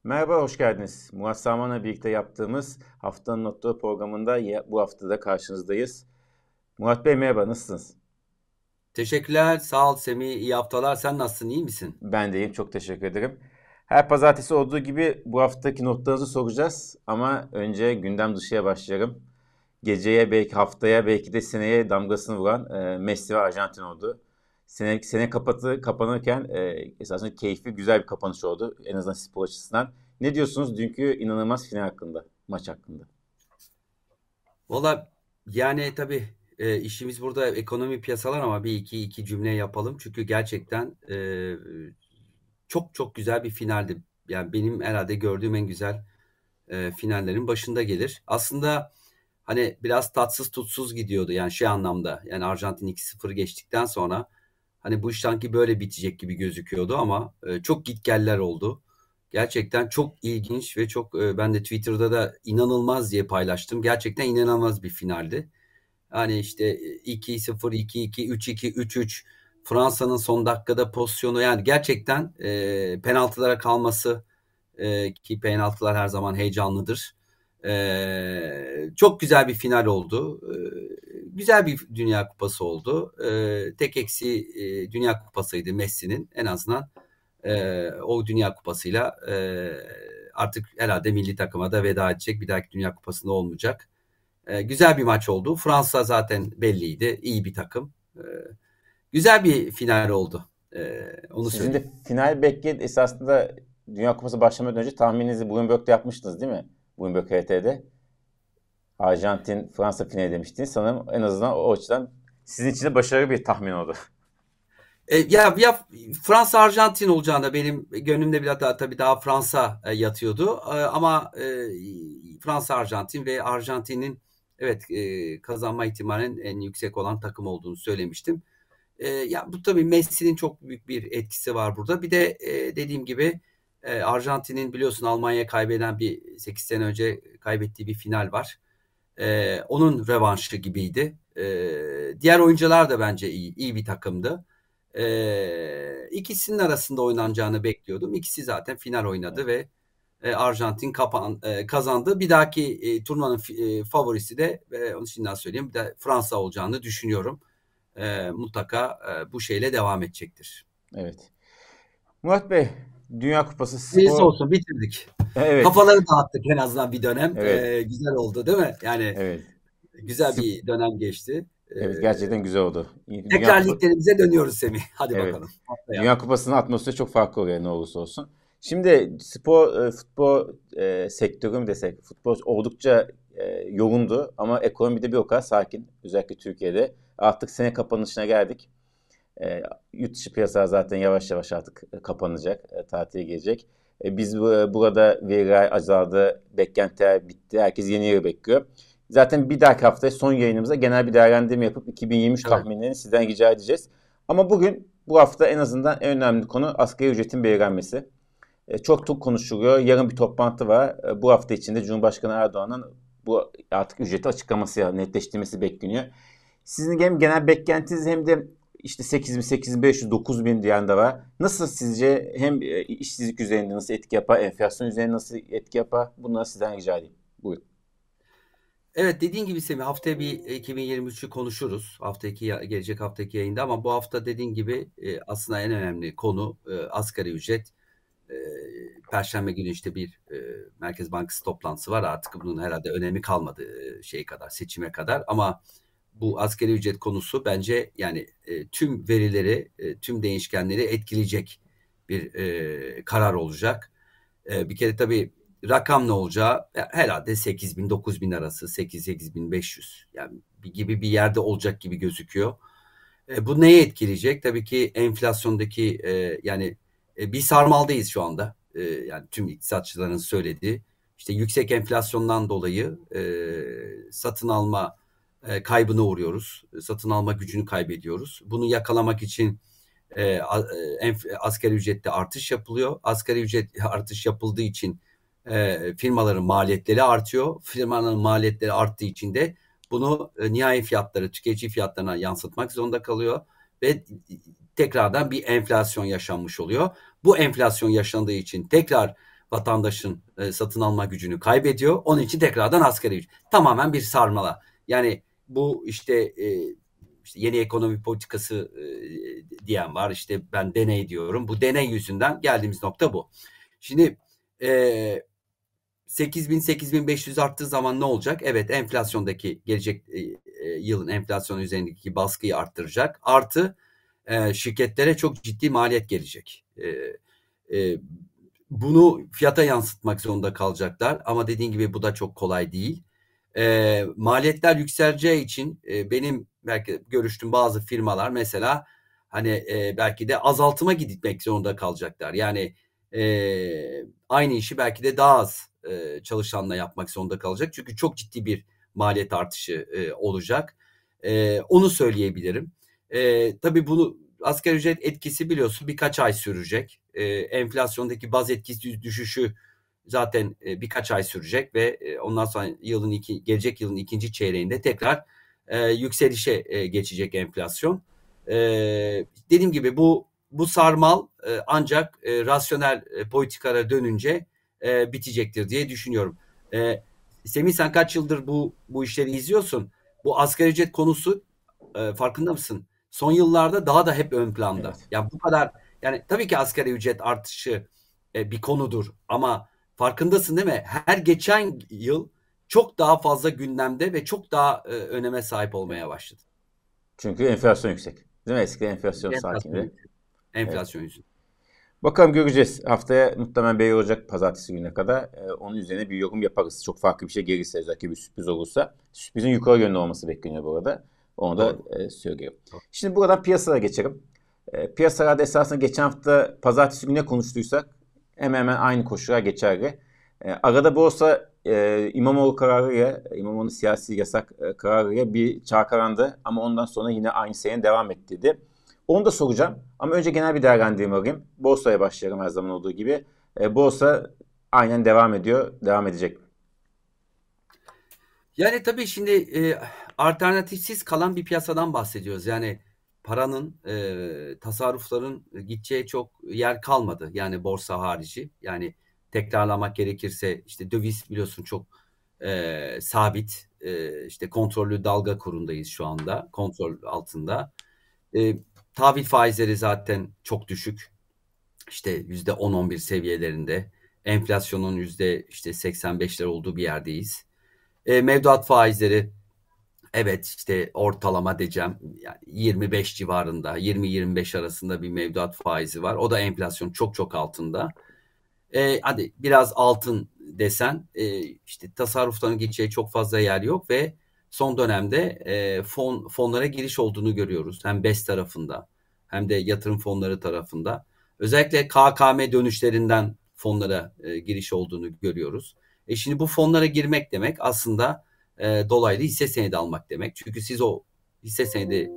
Merhaba, hoş geldiniz. Murat Salman'la birlikte yaptığımız Haftanın Notları programında bu hafta da karşınızdayız. Murat Bey merhaba, nasılsınız? Teşekkürler. Sağ ol Semih. İyi haftalar. Sen nasılsın? İyi misin? Ben de iyiyim, çok teşekkür ederim. Her pazartesi olduğu gibi bu haftaki notlarınızı soracağız. Ama önce gündem dışıya başlayalım. Geceye, belki haftaya, belki de seneye damgasını vuran Messi ve Arjantin oldu. Sene kapanırken esasında keyifli, güzel bir kapanış oldu. En azından spor açısından. Ne diyorsunuz dünkü inanılmaz final hakkında, maç hakkında? Valla yani tabii işimiz burada ekonomi piyasalar ama iki cümle yapalım. Çünkü gerçekten çok çok güzel bir finaldi. Yani benim herhalde gördüğüm en güzel finallerin başında gelir. Aslında hani biraz tatsız tutsuz gidiyordu yani şey anlamda. Yani Arjantin 2-0 geçtikten sonra hani bu iş sanki böyle bitecek gibi gözüküyordu ama çok gitgeller oldu. Gerçekten çok ilginç ve çok ben de Twitter'da da inanılmaz diye paylaştım. Gerçekten inanılmaz bir finaldi. Hani işte 2-0, 2-2, 3-2, 3-3 Fransa'nın son dakikada pozisyonu yani gerçekten penaltılara kalması ki penaltılar her zaman heyecanlıdır. Çok güzel bir final oldu. Güzel bir Dünya Kupası oldu. Tek eksi Dünya Kupası'ydı Messi'nin. En azından o Dünya Kupası'yla artık herhalde milli takıma da veda edecek. Bir dahaki Dünya Kupası'nda olmayacak. Güzel bir maç oldu. Fransa zaten belliydi. İyi bir takım. Güzel bir final oldu. Onu Sizin de söyleyeyim. final esasında Dünya Kupası başlamadan önce tahmininizi Bloomberg'de yapmıştınız değil mi? Bloomberg HT'de. Arjantin Fransa finali demiştiniz. Sanırım en azından o açıdan sizin için de başarılı bir tahmin oldu. Ya Fransa Arjantin olacağında benim gönlümde biraz daha tabii daha Fransa yatıyordu. Ama Fransa Arjantin ve Arjantin'in evet kazanma ihtimalinin en yüksek olan takım olduğunu söylemiştim. Ya bu tabii Messi'nin çok büyük bir etkisi var burada. Bir de dediğim gibi Arjantin'in biliyorsun Almanya'ya kaybeden bir 8 sene önce kaybettiği bir final var. Onun revanşı gibiydi. Diğer oyuncular da bence iyi bir takımdı. İkisinin arasında oynanacağını bekliyordum. İkisi zaten final oynadı ve Arjantin kazandı. Bir dahaki turnuvanın favorisi de onu şimdiden söyleyeyim. Bir de Fransa olacağını düşünüyorum. Mutlaka bu şeyle devam edecektir. Evet. Murat Bey, Dünya Kupası Neyse spor... olsun bitirdik. Evet. Kafaları dağıttık en azından bir dönem. Evet. Güzel oldu değil mi? Yani Evet. güzel Sp- bir dönem geçti. evet, gerçekten güzel oldu. Dünya Tekrar Kupası... liglerimize dönüyoruz Semih. Hadi Evet. bakalım. Haftaya. Dünya Kupası'nın atmosferi çok farklı oluyor ne olursa olsun. Şimdi futbol sektörü mü desek, futbol oldukça yoğundu ama ekonomi de bir o kadar sakin. Özellikle Türkiye'de. Artık sene kapanışına geldik. Yurt dışı piyasalar zaten yavaş yavaş artık kapanacak, tatile gelecek. Biz burada veriler azaldı, beklentiler bitti, herkes yeni yılı bekliyor. Zaten bir dahaki hafta son yayınımızda genel bir değerlendirme yapıp 2023 Evet. tahminlerini sizden rica edeceğiz. Ama bugün bu hafta en azından en önemli konu asgari ücretin belirlenmesi. Çok konuşuluyor. Yarın bir toplantı var. Bu hafta içinde Cumhurbaşkanı Erdoğan'ın bu artık ücreti açıklaması, netleştirmesi bekleniyor. Sizin hem genel beklentiniz hem de işte 8.000, 8.500, 9.000 diyen de var. Nasıl sizce hem işsizlik üzerinde nasıl etki yapar, enflasyon üzerinde nasıl etki yapar? Bunları sizden rica edeyim. Buyurun. Evet dediğin gibi Semih haftaya bir 2023'ü konuşuruz. Gelecek haftaki yayında ama bu hafta dediğin gibi aslında en önemli konu asgari ücret. E, Perşembe günü işte bir Merkez Bankası toplantısı var. Artık bunun herhalde önemi kalmadı şey kadar seçime kadar ama bu asgari ücret konusu bence yani tüm verileri, tüm değişkenleri etkileyecek bir karar olacak. Bir kere tabii rakam ne olacağı herhalde 8 bin 9 bin arası 8 bin 500 yani gibi bir yerde olacak gibi gözüküyor. Bu neyi etkileyecek? Tabii ki enflasyondaki yani bir sarmaldayız şu anda. Yani tüm iktisatçıların söylediği işte yüksek enflasyondan dolayı satın alma kaybına uğruyoruz. Satın alma gücünü kaybediyoruz. Bunu yakalamak için asgari ücrette artış yapılıyor. Asgari ücret artış yapıldığı için firmaların maliyetleri artıyor. Firmaların maliyetleri arttığı için de bunu nihai fiyatları, tüketici fiyatlarına yansıtmak zorunda kalıyor ve tekrardan bir enflasyon yaşanmış oluyor. Bu enflasyon yaşandığı için tekrar vatandaşın satın alma gücünü kaybediyor. Onun için tekrardan asgari ücret. Tamamen bir sarmala. Yani bu işte yeni ekonomi politikası diyen var. İşte ben deney diyorum. Bu deney yüzünden geldiğimiz nokta bu. Şimdi 8.000-8.500 arttığı zaman ne olacak? Evet, enflasyondaki gelecek yılın enflasyon üzerindeki baskıyı arttıracak. Artı şirketlere çok ciddi maliyet gelecek. Bunu fiyata yansıtmak zorunda kalacaklar. Ama dediğin gibi bu da çok kolay değil. Maliyetler yükseleceği için benim belki görüştüğüm bazı firmalar mesela hani belki de azaltıma gitmek zorunda kalacaklar. Yani aynı işi belki de daha az çalışanla yapmak zorunda kalacak. Çünkü çok ciddi bir maliyet artışı olacak. Onu söyleyebilirim. Tabii bunu asgari ücret etkisi biliyorsun birkaç ay sürecek. Enflasyondaki baz etkisi düşüşü zaten birkaç ay sürecek ve ondan sonra gelecek yılın ikinci çeyreğinde tekrar yükselişe geçecek enflasyon. Dediğim gibi bu sarmal ancak rasyonel politikalara dönünce bitecektir diye düşünüyorum. Semih, sen kaç yıldır bu işleri izliyorsun? Bu asgari ücret konusu farkında mısın? Son yıllarda daha da hep ön planda. Evet. Yani bu kadar, yani tabii ki asgari ücret artışı bir konudur ama farkındasın değil mi? Her geçen yıl çok daha fazla gündemde ve çok daha öneme sahip olmaya başladı. Çünkü enflasyon yüksek. Değil mi? Eskiden enflasyon Enflasyon sakindi. yüzünden. Evet. Enflasyon yüzünden. Bakalım, göreceğiz. Haftaya muhtemelen belli olacak, pazartesi gününe kadar. Onun üzerine bir yorum yaparız. Çok farklı bir şey gelirse, özellikle bir sürpriz olursa. Sürprizin yukarı yönlü olması bekleniyor bu arada. Onu da Doğru. söyleyeyim. Doğru. Şimdi buradan piyasalara geçelim. Piyasalarda esasında geçen hafta pazartesi günü ne konuştuysak hemen hemen aynı koşullar geçerli. Arada borsa İmamoğlu kararıyla, İmamoğlu'nun siyasi yasak kararıyla bir çalkalandı. Ama ondan sonra yine aynı seyrin devam ettirdi. Onu da soracağım. Ama önce genel bir değerlendirme alayım. Borsaya başlayalım her zaman olduğu gibi. Borsa aynen devam ediyor. Devam edecek mi? Yani tabii şimdi alternatifsiz kalan bir piyasadan bahsediyoruz. Yani paranın, tasarrufların gideceği çok yer kalmadı. Yani borsa harici. Yani tekrarlamak gerekirse işte döviz biliyorsun çok sabit. İşte kontrollü dalga kurundayız şu anda. Kontrol altında. E, Tahvil faizleri zaten çok düşük. İşte %10-11 seviyelerinde. Enflasyonun yüzde işte 85'ler olduğu bir yerdeyiz. Mevduat faizleri, evet, işte ortalama diyeceğim yani 25 civarında, 20-25 arasında bir mevduat faizi var. O da enflasyon çok çok altında. Hadi biraz altın desen işte tasarrufların gideceği çok fazla yer yok ve son dönemde fonlara giriş olduğunu görüyoruz. Hem BES tarafında hem de yatırım fonları tarafında. Özellikle KKM dönüşlerinden fonlara giriş olduğunu görüyoruz. Şimdi bu fonlara girmek demek aslında dolaylı hisse senedi almak demek. Çünkü siz o hisse senedi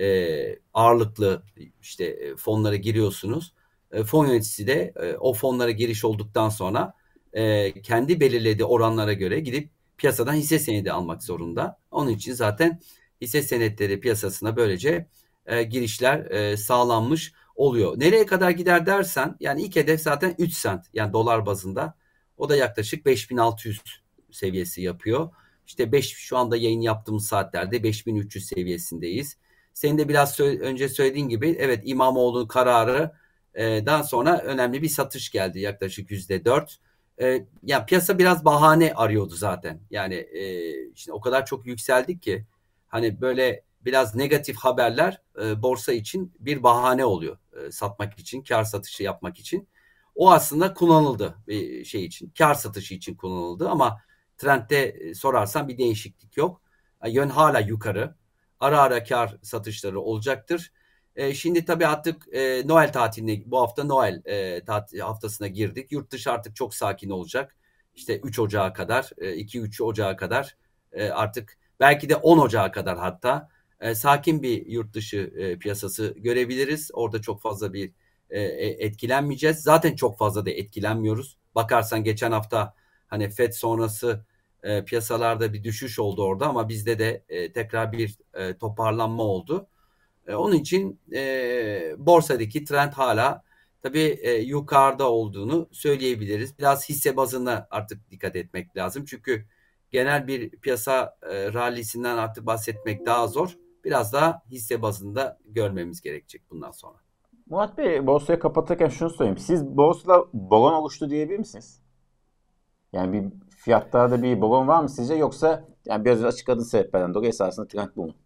ağırlıklı işte fonlara giriyorsunuz. Fon yöneticisi de o fonlara giriş olduktan sonra kendi belirlediği oranlara göre gidip piyasadan hisse senedi almak zorunda. Onun için zaten hisse senetleri piyasasına böylece girişler sağlanmış oluyor. Nereye kadar gider dersen yani ilk hedef zaten 3 sent yani dolar bazında. O da yaklaşık 5.600 seviyesi yapıyor. İşte şu anda yayın yaptığımız saatlerde 5.300 seviyesindeyiz. Senin de biraz önce söylediğin gibi evet, İmamoğlu kararı daha sonra önemli bir satış geldi yaklaşık %4. Ya piyasa biraz bahane arıyordu zaten. Yani şimdi o kadar çok yükseldik ki hani böyle biraz negatif haberler borsa için bir bahane oluyor. Satmak için, kar satışı yapmak için. O aslında kullanıldı bir şey için. Kar satışı için kullanıldı ama trendde sorarsan bir değişiklik yok. Yön hala yukarı. Ara ara kar satışları olacaktır. Şimdi tabii artık Noel tatiline, bu hafta Noel haftasına girdik. Yurt dışı artık çok sakin olacak. İşte 3 Ocağı kadar, 2-3 Ocağı kadar artık belki de 10 Ocağı kadar hatta sakin bir yurt dışı piyasası görebiliriz. Orada çok fazla bir etkilenmeyeceğiz. Zaten çok fazla da etkilenmiyoruz. Bakarsan geçen hafta hani FED sonrası piyasalarda bir düşüş oldu orada ama bizde de tekrar bir toparlanma oldu. Onun için borsadaki trend hala tabii yukarıda olduğunu söyleyebiliriz. Biraz hisse bazına artık dikkat etmek lazım. Çünkü genel bir piyasa rallisinden artık bahsetmek daha zor. Biraz daha hisse bazında görmemiz gerekecek bundan sonra. Murat Bey, borsayı kapatırken şunu sorayım. Siz borsada balon oluştu diyebilir misiniz? Yani bir fiyatlarda bir balon var mı sizce, yoksa yani biraz önce açıkladığınız sebeplerden dolayı esasında trend bu mu?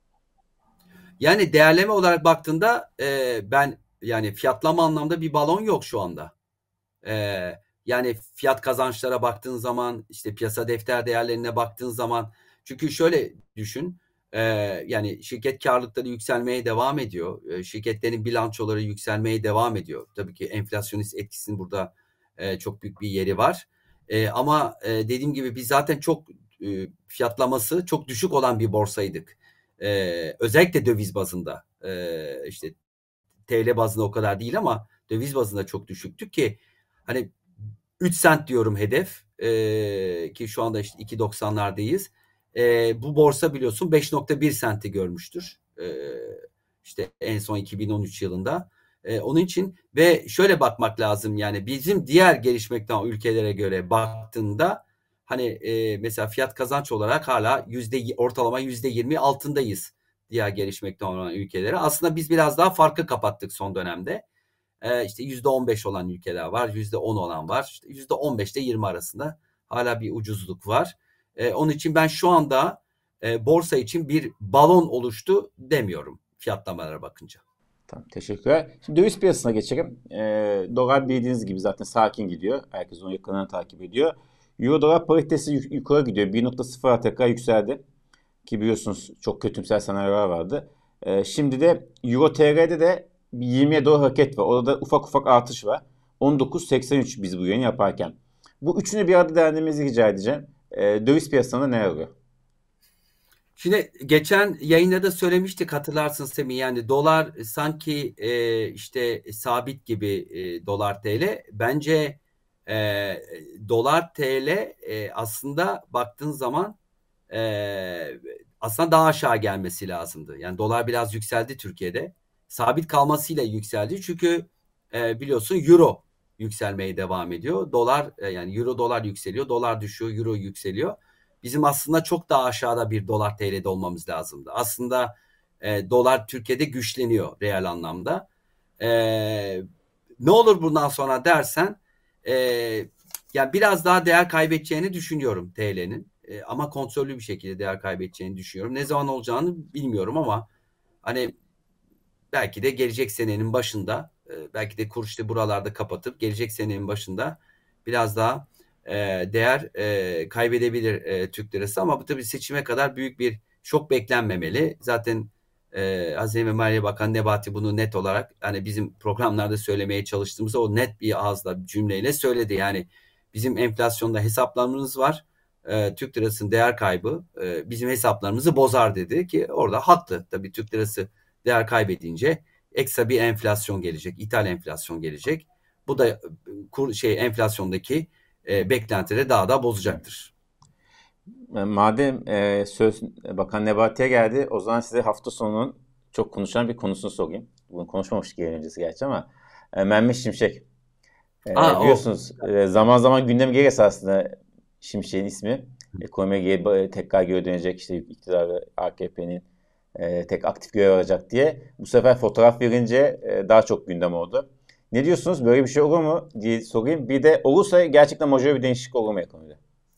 Yani değerleme olarak baktığında ben yani fiyatlama anlamda bir balon yok şu anda. Yani fiyat kazançlara baktığın zaman işte piyasa defter değerlerine baktığın zaman çünkü şöyle düşün yani şirket karlılıkları yükselmeye devam ediyor. Şirketlerin bilançoları yükselmeye devam ediyor. Tabii ki enflasyonist etkisinin burada çok büyük bir yeri var. Ama dediğim gibi biz zaten çok fiyatlaması çok düşük olan bir borsaydık. Özellikle döviz bazında işte TL bazında o kadar değil ama döviz bazında çok düşüktük ki hani 3 sent diyorum hedef ki şu anda işte 2.90'lardayız. Bu borsa biliyorsun 5.1 senti görmüştür. İşte en son 2013 yılında. Onun için ve şöyle bakmak lazım yani bizim diğer gelişmekte ülkelere göre baktığında hani mesela fiyat kazanç olarak hala ortalama %20 altındayız diğer gelişmekte olan ülkelere. Aslında biz biraz daha farkı kapattık son dönemde. İşte %15 olan ülkeler var, %10 olan var. İşte %15 ile 20 arasında hala bir ucuzluk var. Onun için ben şu anda borsa için bir balon oluştu demiyorum fiyatlamalara bakınca. Tamam, teşekkürler. Şimdi döviz piyasasına geçelim. Dolar bildiğiniz gibi zaten sakin gidiyor. Herkes onu yakından takip ediyor. Euro dolar paritesi yukarı gidiyor. 1.06 tekrar yükseldi. Ki biliyorsunuz çok kötümser senaryolar vardı. Şimdi de Euro TL'de de 20'ye doğru hareket var. Orada da ufak ufak artış var. 19.83 biz bu yayını yaparken. Bu üçünü bir arada değerlendirmenizi rica edeceğim. Döviz piyasasında ne oluyor? Şimdi geçen yayında da söylemiştik hatırlarsın Semih yani dolar sanki işte sabit gibi dolar TL. Bence e, dolar TL aslında baktığın zaman aslında daha aşağı gelmesi lazımdı. Yani dolar biraz yükseldi Türkiye'de. Sabit kalmasıyla yükseldi. Çünkü biliyorsun euro yükselmeye devam ediyor. Dolar yani euro dolar yükseliyor. Dolar düşüyor, euro yükseliyor. Bizim aslında çok daha aşağıda bir dolar TL'de olmamız lazımdı. Aslında dolar Türkiye'de güçleniyor reel anlamda. E, Ne olur bundan sonra dersen e, yani biraz daha değer kaybedeceğini düşünüyorum TL'nin. Ama kontrollü bir şekilde değer kaybedeceğini düşünüyorum. Ne zaman olacağını bilmiyorum ama hani belki de gelecek senenin başında belki de kur işte buralarda kapatıp gelecek senenin başında biraz daha değer kaybedebilir Türk lirası ama bu tabii seçime kadar büyük bir şok beklenmemeli. Zaten Hazine ve Maliye Bakanı Nebati bunu net olarak hani bizim programlarda söylemeye çalıştığımızda o net bir ağızla bir cümleyle söyledi. Yani bizim enflasyonda hesaplarımız var. Türk lirasının değer kaybı bizim hesaplarımızı bozar dedi ki orada haklı. Tabii Türk lirası değer kaybedince ekstra bir enflasyon gelecek, ithal enflasyon gelecek. Bu da enflasyondaki beklentileri daha da bozacaktır. Madem söz Bakan Nebati'ye geldi, o zaman size hafta sonunun çok konuşulan bir konusunu sorayım. Bunu konuşmamıştık yayın öncesi gerçi ama Mehmet Şimşek. O. Biliyorsunuz zaman zaman gündeme gelir esasında Şimşek'in ismi. Ekonomiye tekrar geri dönecek, işte iktidarı AKP'nin tek aktif görev alacak diye. Bu sefer fotoğraf verince daha çok gündem oldu. Ne diyorsunuz? Böyle bir şey olur mu diye sorayım. Bir de olursa gerçekten majör bir değişiklik olur mu ekonomide?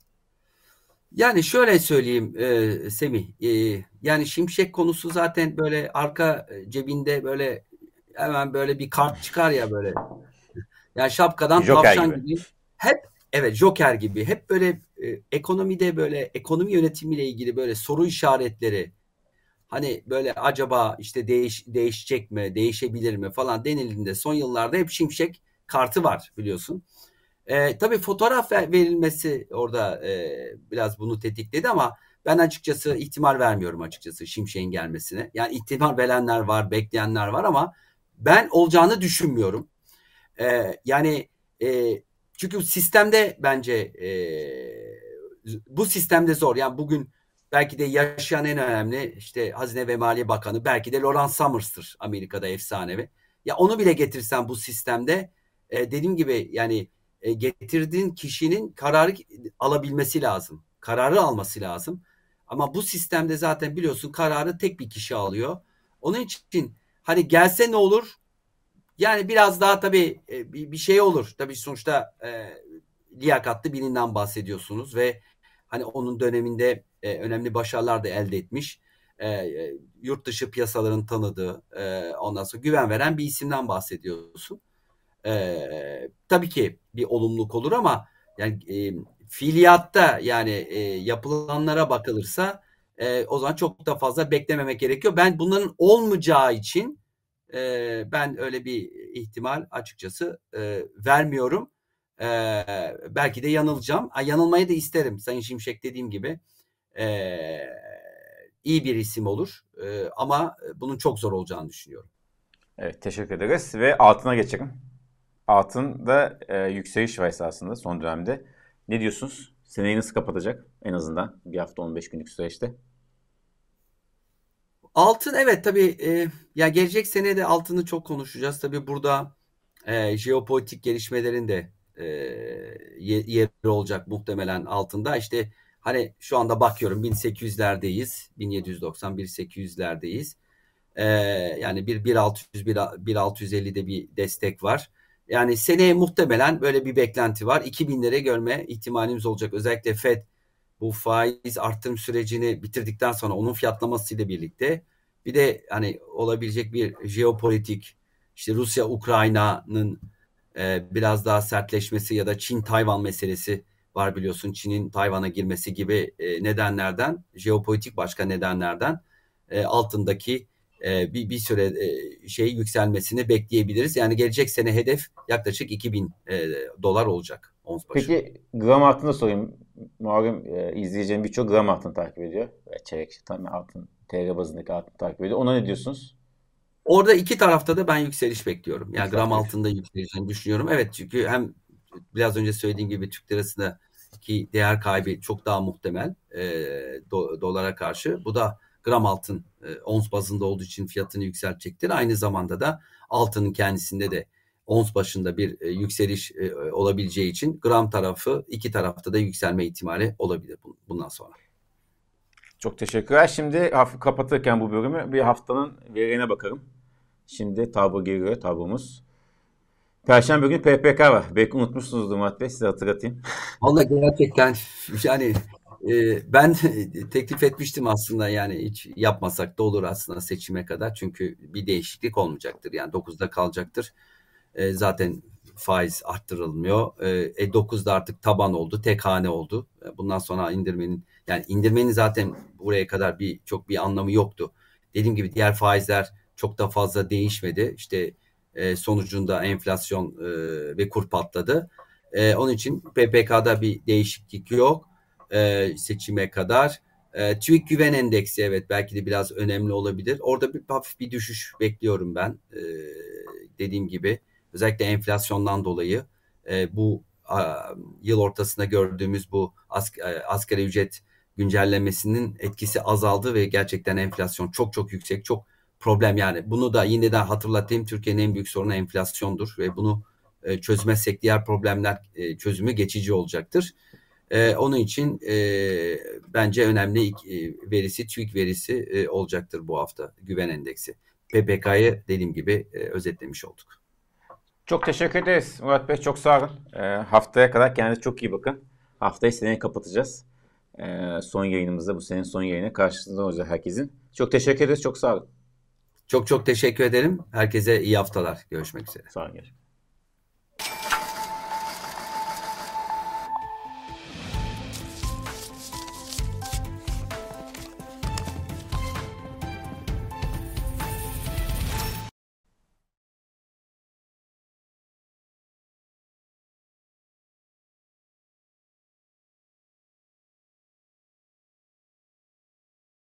Yani şöyle söyleyeyim Semih. Yani Şimşek konusu zaten böyle arka cebinde böyle hemen böyle bir kart çıkar ya böyle. Yani şapkadan Joker tavşan gibi. gibi. Hep evet Joker gibi. Hep böyle ekonomide böyle ekonomi yönetimiyle ilgili böyle soru işaretleri. Hani böyle acaba işte değişecek mi, değişebilir mi falan denildiğinde son yıllarda hep Şimşek kartı var biliyorsun. Tabii fotoğraf verilmesi orada biraz bunu tetikledi ama ben açıkçası ihtimal vermiyorum açıkçası Şimşek'in gelmesine. Yani ihtimal verenler var, bekleyenler var ama ben olacağını düşünmüyorum. Yani e, çünkü sistemde bence bu sistemde zor. Yani bugün belki de yaşayan en önemli işte Hazine ve Maliye Bakanı belki de Lawrence Summers'tır Amerika'da efsanevi. Ya onu bile getirsen bu sistemde dediğim gibi yani getirdiğin kişinin kararı alabilmesi lazım. Kararı alması lazım. Ama bu sistemde zaten biliyorsun kararı tek bir kişi alıyor. Onun için hani gelse ne olur? Yani biraz daha tabii bir şey olur. Tabii sonuçta liyakatlı birinden bahsediyorsunuz ve hani onun döneminde önemli başarılar da elde etmiş. Yurt dışı piyasaların tanıdığı, ondan sonra güven veren bir isimden bahsediyorsun. Tabii ki bir olumluluk olur ama yani fiiliyatta yani yapılanlara bakılırsa o zaman çok da fazla beklememek gerekiyor. Ben bunların olmayacağı için ben öyle bir ihtimal açıkçası vermiyorum. Belki de yanılacağım. Yanılmayı da isterim. Sayın Şimşek dediğim gibi iyi bir isim olur. Ama bunun çok zor olacağını düşünüyorum. Evet, teşekkür ederiz ve altına geçelim. Altında yükseliş var esasında son dönemde. Ne diyorsunuz? Seneyi nasıl kapatacak? En azından bir hafta 15 günlük süreçte. Altın evet tabii ya gelecek sene de altını çok konuşacağız. Tabii burada jeopolitik gelişmelerin de yeri olacak muhtemelen altında. İşte hani şu anda bakıyorum 1800'lerdeyiz. 1790-1800'lerdeyiz. Yani 1600-1650'de bir destek var. Yani seneye muhtemelen böyle bir beklenti var. 2000'lere görme ihtimalimiz olacak. Özellikle FED bu faiz artırım sürecini bitirdikten sonra onun fiyatlamasıyla birlikte bir de hani olabilecek bir jeopolitik işte Rusya-Ukrayna'nın biraz daha sertleşmesi ya da Çin-Tayvan meselesi var biliyorsun. Çin'in Tayvan'a girmesi gibi nedenlerden, jeopolitik başka nedenlerden altındaki bir süre yükselmesini bekleyebiliriz. Yani gelecek sene hedef yaklaşık 2000 dolar olacak ons başı. Peki gram altını sorayım. Malum izleyeceğim birçok gram altını takip ediyor. Çeyrek tam altın, TL bazındaki altın takip ediyor. Ona ne diyorsunuz? Orada iki tarafta da ben yükseliş bekliyorum. Yani İki gram tarafta yükseliş. altında yükseleceğini düşünüyorum. Evet çünkü hem biraz önce söylediğim gibi Türk lirasındaki değer kaybı çok daha muhtemel dolara karşı. Bu da gram altın ons bazında olduğu için fiyatını yükseltecektir. Aynı zamanda da altının kendisinde de ons başında bir yükseliş olabileceği için gram tarafı iki tarafta da yükselme ihtimali olabilir bundan sonra. Çok teşekkürler. Şimdi kapatırken bu bölümü bir haftanın verilerine bakalım. Şimdi tablo geliyor, tablomuz. Perşembe günü PPK var. Belki unutmuşsunuzdur Murat Bey. Size hatırlatayım. Vallahi gerçekten yani ben teklif etmiştim aslında yani hiç yapmasak da olur aslında seçime kadar. Çünkü bir değişiklik olmayacaktır. Yani 9'da kalacaktır. Zaten faiz arttırılmıyor. 9'da artık taban oldu, tek hane oldu. Bundan sonra indirmenin zaten buraya kadar çok bir anlamı yoktu. Dediğim gibi diğer faizler çok da fazla değişmedi. İşte sonucunda enflasyon ve kur patladı. Onun için PPK'da bir değişiklik yok seçime kadar. TÜİK güven endeksi evet belki de biraz önemli olabilir. Orada hafif bir düşüş bekliyorum ben. Dediğim gibi özellikle enflasyondan dolayı bu yıl ortasında gördüğümüz bu asgari ücret güncellemesinin etkisi azaldı ve gerçekten enflasyon çok çok yüksek, çok problem yani. Bunu da yine de hatırlatayım Türkiye'nin en büyük sorunu enflasyondur ve bunu çözmezsek diğer problemler çözümü geçici olacaktır. Onun için bence önemli verisi TÜİK verisi olacaktır bu hafta güven endeksi. PPK'yı dediğim gibi özetlemiş olduk. Çok teşekkür ederiz Murat Bey. Çok sağ olun. Haftaya kadar kendinize çok iyi bakın. Haftayı seneye kapatacağız. Son yayınımızda bu senenin son yayını karşınızda olacak herkesin. Çok teşekkür ederiz. Çok sağ olun. Çok çok teşekkür ederim. Herkese iyi haftalar. Görüşmek üzere. Sağ olun.